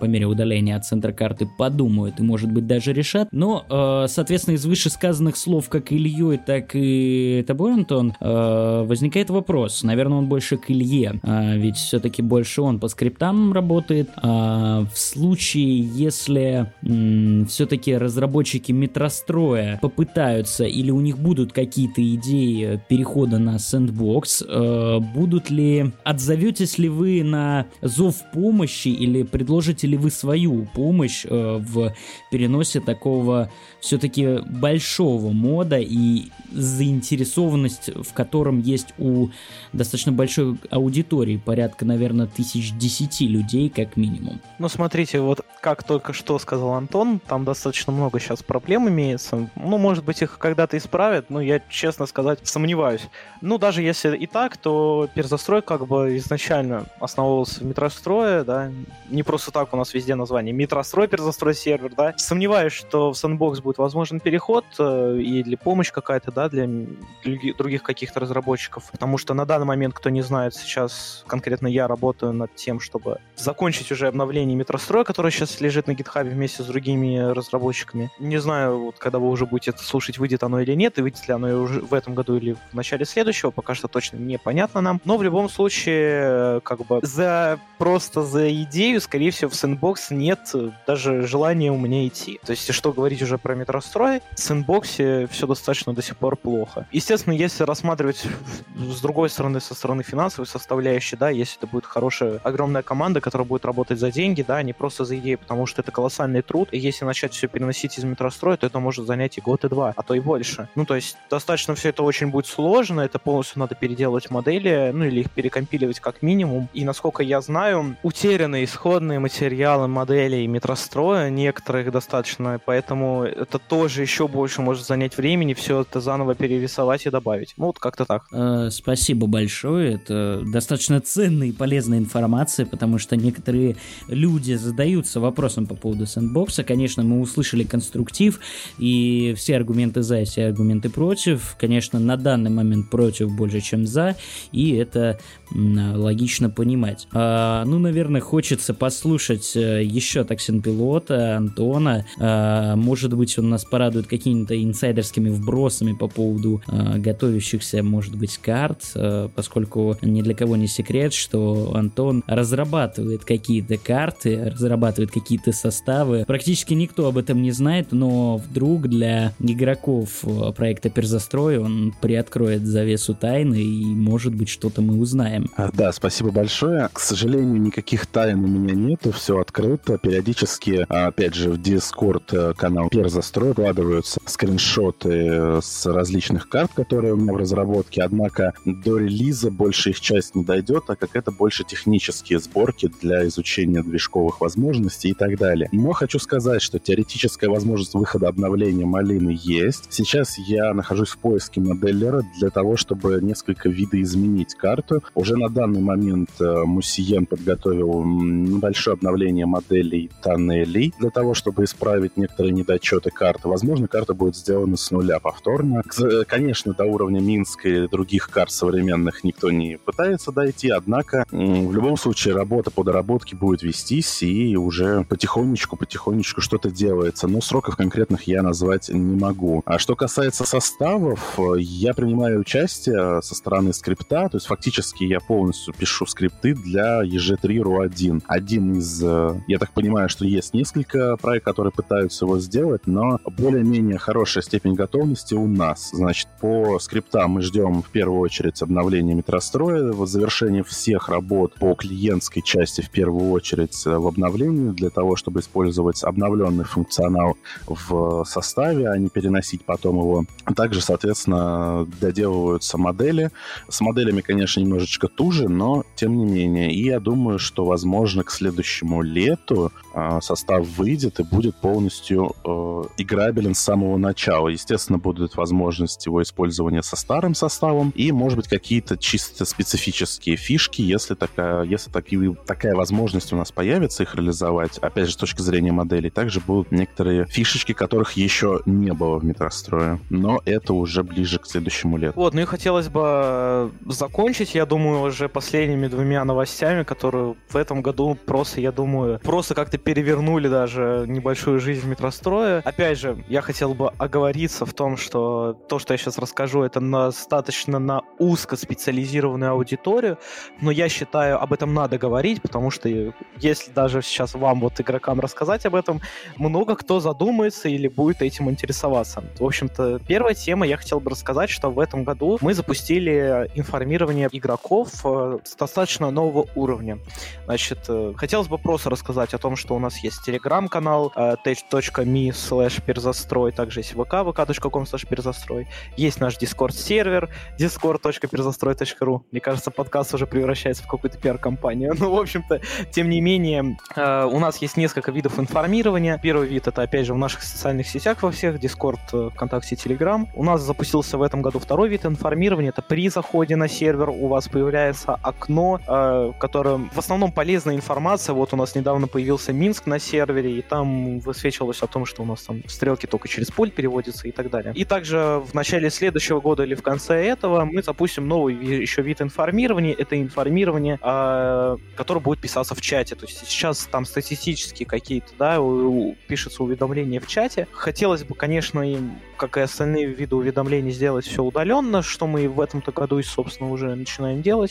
по мере удаления от центра карты подумают и, может быть, даже решат. Но, э, соответственно, из вышесказанных слов как Ильей, так и тобой, Антон, э, возникает вопрос. Наверное, он больше к Илье, э, ведь все-таки больше он по скриптам работает. Э, в случае, если э, все-таки разработчики метростроя попытаются или у них будут какие-то идеи перехода на сэндбокс, э, будут ли, отзоветесь ли вы на зов помощи или предложите ли вы свою помощь э, в переносе такого все-таки большого мода и заинтересованность в котором есть у достаточно большой аудитории, порядка, наверное, тысяч десяти людей как минимум. Ну, смотрите, вот как только что сказал Антон, там достаточно много сейчас проблем имеется. Ну, может быть, их когда-то исправят, но я, честно сказать, сомневаюсь. Ну, даже если и так, то перзастрой как бы изначально основывался в метрострое, да, не просто так у нас везде название метрострой, перзастрой сервер, да. Сомневаюсь, что в Sandbox будет возможен переход э, и или помощь какая-то, да, для других каких-то разработчиков, потому что на данный момент, кто не знает, сейчас конкретно я работаю над тем, чтобы закончить уже обновление метростроя, которое сейчас лежит на GitHub вместе с другими разработчиками. Не знаю, вот, когда вы уже будете это слушать, выйдет оно или нет, и выйдет ли оно уже в этом году или в начале следующего, пока что точно непонятно нам. Но в любом случае, как бы за просто за идею, скорее всего, в Sandbox нет даже желания у меня идти. То есть, что говорить уже про метрострой, в Sandbox все достаточно до сих пор плохо. Естественно, если рассматривать с другой стороны, со стороны финансовой составляющей, да, если это будет хорошая, огромная команда, которая будет работать за деньги, да, не просто за идею, потому что это колоссальный труд, и если начать все переносить из метростроя, то это может занять и год, и два, а то и больше. Ну, то есть, достаточно все это очень будет сложно, это полностью надо переделывать модели, ну, или их перекомпиливать как минимум, и, насколько я знаю, утеряны исходные материалы моделей метростроя, некоторых достаточно, поэтому это тоже еще больше может занять времени, все это заново перерисовать и добавить. Ну, вот как-то так. Э, спасибо большое, это достаточно ценная и полезная информация, потому что некоторые люди задаются вопросом по поводу сэндбокса. Конечно, мы услышали конструктив, и все аргументы за, все аргументы против. Конечно, на данный момент против больше, чем за, и это м, логично понимать. А, ну, наверное, хочется послушать еще токсин-пилота, Антона. А, может быть, он нас порадует какими-то инсайдерскими вбросами по поводу а, готовящихся, может быть, карт, а, поскольку ни для кого не секрет, что Антон разрабатывает какие-то карты, разрабатывает какие-то составы. Практически никто об этом не знает, но вдруг для игроков проекта Перзастрой он приоткроет завесу тайны, и, может быть, что-то мы узнаем. А, да, спасибо большое. К сожалению, никаких тайн у меня нету, все открыто. Периодически, опять же, в Discord канал Перзастрой выкладываются скриншоты с различных карт, которые у меня в разработке, однако до релиза больше их часть не дойдет, так как это больше технические сборки для изучения движковых возможностей и так далее. Но хочу сказать, что теоретическая возможность выхода обновления Малины есть. Сейчас я нахожусь в поиске моделлера для того, чтобы несколько видоизменить карту. Уже на данный момент Мусиен подготовил небольшое обновление моделей тоннелей для того, чтобы исправить некоторые недочеты карты. Возможно, карта будет сделана с нуля повторно. Конечно, до уровня Минска или других карт современных никто не пытается дойти, однако в любом случае работа по доработке будет вестись, и уже потихонечку-потихонечку что-то делается, но сроков конкретных я назвать не могу. А что касается составов, я принимаю участие со стороны скрипта, то есть фактически я полностью пишу скрипты для и джи три эр ю один. Один из, я так понимаю, что есть несколько проектов, которые пытаются его сделать, но более-менее хорошая степень готовности у нас. Значит, по скриптам мы ждем в первую очередь обновления метростроя, вот завершение всех работ по клиентской части в первую очередь в обновлении, для того, чтобы использовать обновленный функционал в составе, а не переносить потом его. Также, соответственно, доделываются модели. С моделями, конечно, немножечко туже, но тем не менее. И я думаю, что, возможно, к следующему лету э, состав выйдет и будет полностью э, играбелен с самого начала. Естественно, будут возможности его использования со старым составом и, может быть, какие-то чисто специфические фишки, если такая, если такие, такая возможность у нас появится их реализовать, опять же, с точки зрения моделей, также будут некоторые фишечки, которых еще не было в метрострое, но это уже ближе к следующему лету. Вот, ну и хотелось бы закончить, я думаю, уже последними двумя новостями, которые в этом году просто, я думаю, думаю, просто как-то перевернули даже небольшую жизнь метростроя. Опять же, я хотел бы оговориться в том, что то, что я сейчас расскажу, это достаточно на узкоспециализированную аудиторию, но я считаю, об этом надо говорить, потому что если даже сейчас вам, вот игрокам, рассказать об этом, много кто задумается или будет этим интересоваться. В общем-то, первая тема, я хотел бы рассказать, что в этом году мы запустили информирование игроков с достаточно нового уровня. Значит, хотелось бы просто рассказать о том, что у нас есть телеграм-канал tech.me slash перзастрой, также есть vk, vk.com slash перзастрой, есть наш дискорд-сервер discord точка перзастрой точка ру. Мне кажется, подкаст уже превращается в какую-то пиар-компанию. Ну, в общем-то, тем не менее, у нас есть несколько видов информирования. Первый вид — это, опять же, в наших социальных сетях во всех, Discord, ВКонтакте, Telegram. У нас запустился в этом году второй вид информирования. Это при заходе на сервер у вас появляется окно, в котором в основном полезная информация. Вот у нас недавно появился Минск на сервере, и там высвечивалось о том, что у нас там стрелки только через пульт переводятся и так далее. И также в начале следующего года или в конце этого мы запустим новый еще вид информирования. Это информирование, которое будет писаться в чате. То есть сейчас там статистически какие-то, да, пишутся уведомления в чате. Хотелось бы, конечно, им, как и остальные виды уведомлений, сделать все удаленно, что мы в этом-то году, собственно, уже начинаем делать.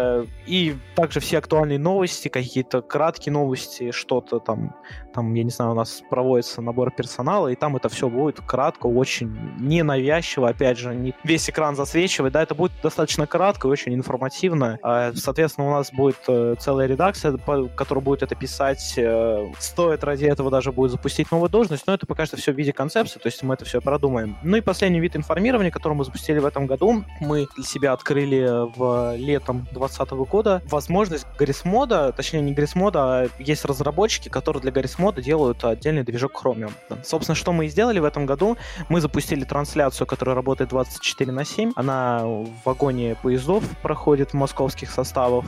И также все актуальные новости, какие-то краткие новости, что-то там, там, я не знаю, у нас проводится набор персонала, и там это все будет кратко, очень ненавязчиво, опять же, не весь экран засвечивать, да, это будет достаточно кратко и очень информативно. Соответственно, у нас будет целая редакция, которая будет это писать. Стоит ради этого даже будет запустить новую должность, но это пока что все в виде концепции, то есть мы это все продумаем. Ну и последний вид информирования, который мы запустили в этом году, мы для себя открыли в летом двадцатого года возможность Гаррисмода, точнее не Гаррисмода, а есть разработчики, которые для Гаррисмода делают отдельный движок Chromium. Собственно, что мы и сделали в этом году, мы запустили трансляцию, которая работает двадцать четыре на семь, она в вагоне поездов проходит, московских составов,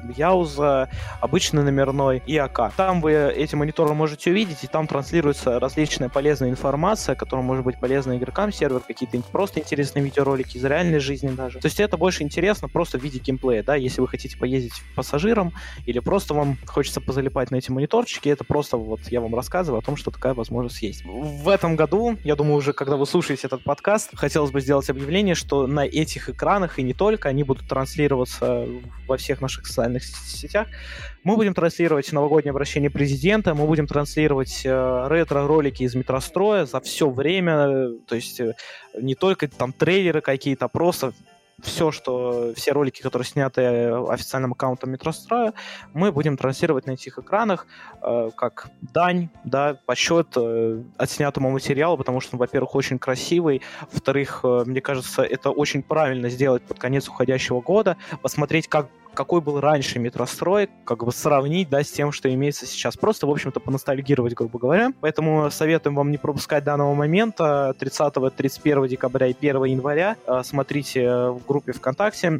Яуза, обычный номерной и АК. Там вы эти мониторы можете увидеть, и там транслируется различная полезная информация, которая может быть полезна игрокам сервера, какие-то просто интересные видеоролики из реальной жизни даже. То есть это больше интересно просто в виде геймплея, да, если вы хотите поездить пассажиром или просто вам хочется позалипать на эти мониторчики, это просто вот я вам рассказываю о том, что такая возможность есть. В этом году, я думаю, уже когда вы слушаете этот подкаст, хотелось бы сделать объявление, что на этих экранах и не только, они будут транслироваться во всех наших социальных сетях. Мы будем транслировать новогоднее обращение президента, мы будем транслировать э, ретро-ролики из метростроя за все время, то есть э, не только там трейлеры какие-то, а просто все, что, все ролики, которые сняты официальным аккаунтом метростроя, мы будем транслировать на этих экранах э, как дань, да, почет э, отснятому материалу, потому что он, во-первых, очень красивый, во-вторых, э, мне кажется, это очень правильно сделать под конец уходящего года, посмотреть, как какой был раньше метрострой, как бы сравнить, да, с тем, что имеется сейчас. Просто, в общем-то, поностальгировать, грубо говоря. Поэтому советуем вам не пропускать данного момента. тридцатого тридцать первого декабря и первого января смотрите в группе ВКонтакте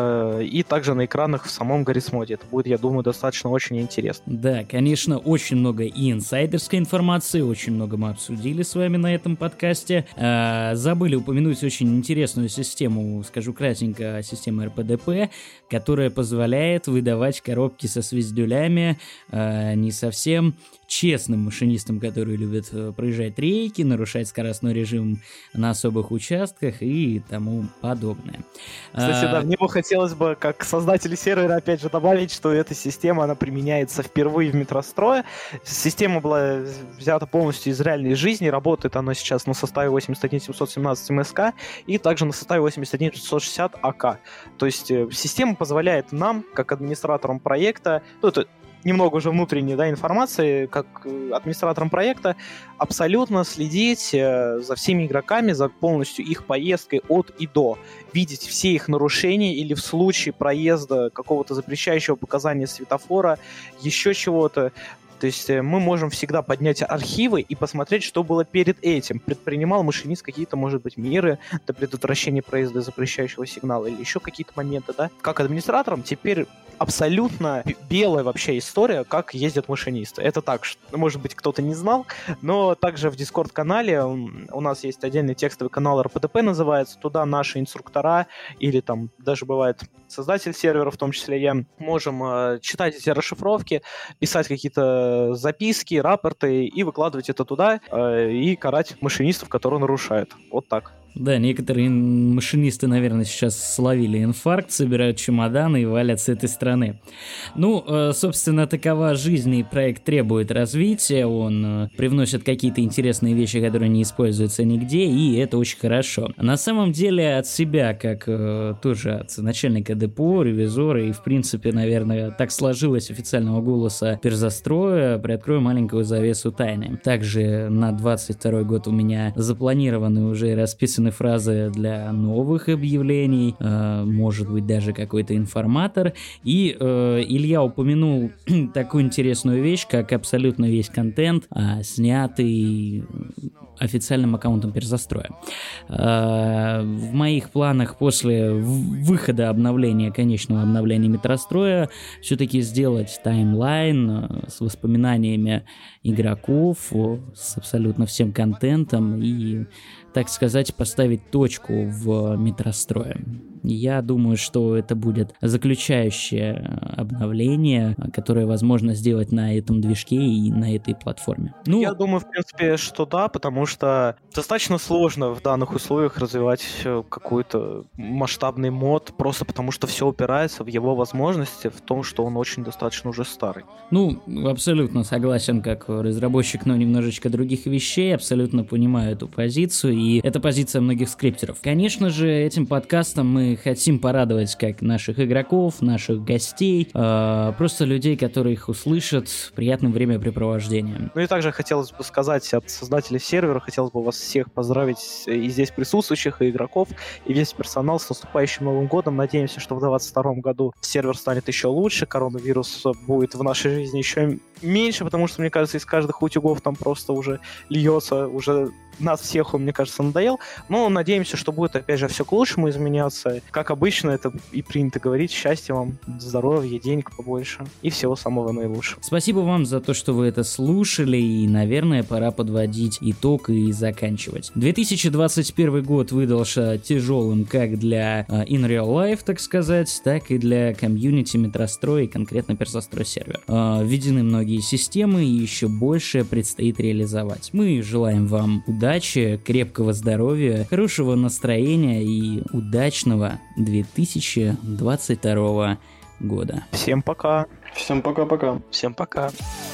и также на экранах в самом Гаррисмоде. Это будет, я думаю, достаточно очень интересно. Да, конечно, очень много и инсайдерской информации, очень много мы обсудили с вами на этом подкасте. Забыли упомянуть очень интересную систему, скажу кратенько, систему эр пэ дэ пэ, которая позволяет выдавать коробки со свиздюлями э, не совсем честным машинистам, которые любят проезжать рейки, нарушать скоростной режим на особых участках и тому подобное. Кстати, а... да, мне бы хотелось бы, как создатель сервера, опять же, добавить, что эта система, она применяется впервые в метрострое. Система была взята полностью из реальной жизни, работает она сейчас на составе восемьдесят один семьсот семнадцать эм эс ка и также на составе восемьдесят один пятьсот шестьдесят а ка. То есть система позволяет нам, как администраторам проекта, ну, это немного уже внутренней, да, информации, как администраторам проекта, абсолютно следить за всеми игроками, за полностью их поездкой от и до, видеть все их нарушения или в случае проезда какого-то запрещающего показания светофора, еще чего-то, То есть мы можем всегда поднять архивы и посмотреть, что было перед этим. Предпринимал машинист какие-то, может быть, меры для предотвращения проезда запрещающего сигнала или еще какие-то моменты, да? Как администратором теперь абсолютно белая вообще история, как ездят машинисты. Это так, что, может быть, кто-то не знал, но также в Дискорд-канале у нас есть отдельный текстовый канал эр пэ дэ пэ называется, туда наши инструктора или там даже бывает создатель сервера, в том числе я, можем э, читать эти расшифровки, писать какие-то записки, рапорты и выкладывать это туда э, и карать машинистов, которые нарушают. Вот так. Да, некоторые машинисты, наверное, сейчас словили инфаркт, собирают чемоданы и валят с этой страны. Ну, собственно, такова жизнь, и проект требует развития, он привносит какие-то интересные вещи, которые не используются нигде, и это очень хорошо. На самом деле, от себя, как тоже от начальника депо, ревизора, и, в принципе, наверное, так сложилось официального голоса Перзастроя, приоткрою маленькую завесу тайны. Также на двадцать второй год у меня запланированы уже и расписаны фразы для новых объявлений, э, может быть даже какой-то информатор, и э, Илья упомянул такую интересную вещь, как абсолютно весь контент, э, снятый официальным аккаунтом Перзастроя. Э, в моих планах после выхода обновления, конечного обновления Метростроя, все-таки сделать таймлайн э, с воспоминаниями игроков, с абсолютно всем контентом и, так сказать, поставить точку в Метрострое. Я думаю, что это будет заключающее обновление, которое возможно сделать на этом движке и на этой платформе. Ну, я думаю, в принципе, что да, потому что достаточно сложно в данных условиях развивать какой-то масштабный мод, просто потому что все упирается в его возможности, в том, что он очень достаточно уже старый. Ну, абсолютно согласен как разработчик, но немножечко других вещей, абсолютно понимаю эту позицию, и это позиция многих скриптеров. Конечно же, этим подкастом мы хотим порадовать как наших игроков, наших гостей, э, просто людей, которые их услышат, приятным времяпрепровождением. Ну и также хотелось бы сказать от создателей сервера, хотелось бы вас всех поздравить и здесь присутствующих, и игроков, и весь персонал с наступающим Новым годом. Надеемся, что в двадцать втором году сервер станет еще лучше, коронавирус будет в нашей жизни еще меньше, потому что, мне кажется, из каждых утюгов там просто уже льется, уже нас всех он, мне кажется, надоел. Но надеемся, что будет, опять же, все к лучшему изменяться. Как обычно, это и принято говорить. Счастья вам, здоровья, денег побольше и всего самого наилучшего. Спасибо вам за то, что вы это слушали, и, наверное, пора подводить итог и заканчивать. две тысячи двадцать первый год выдался тяжелым как для uh, in real life, так сказать, так и для комьюнити Метростроя и конкретно Перзастрой сервер. Uh, введены многие системы, и еще больше предстоит реализовать. Мы желаем вам удачи, удачи, крепкого здоровья, хорошего настроения и удачного две тысячи двадцать второго года. Всем пока. Всем пока-пока. Всем пока.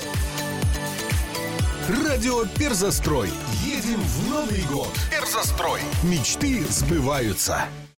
Радио Перзастрой. Едем в Новый год. Перзастрой. Мечты сбываются.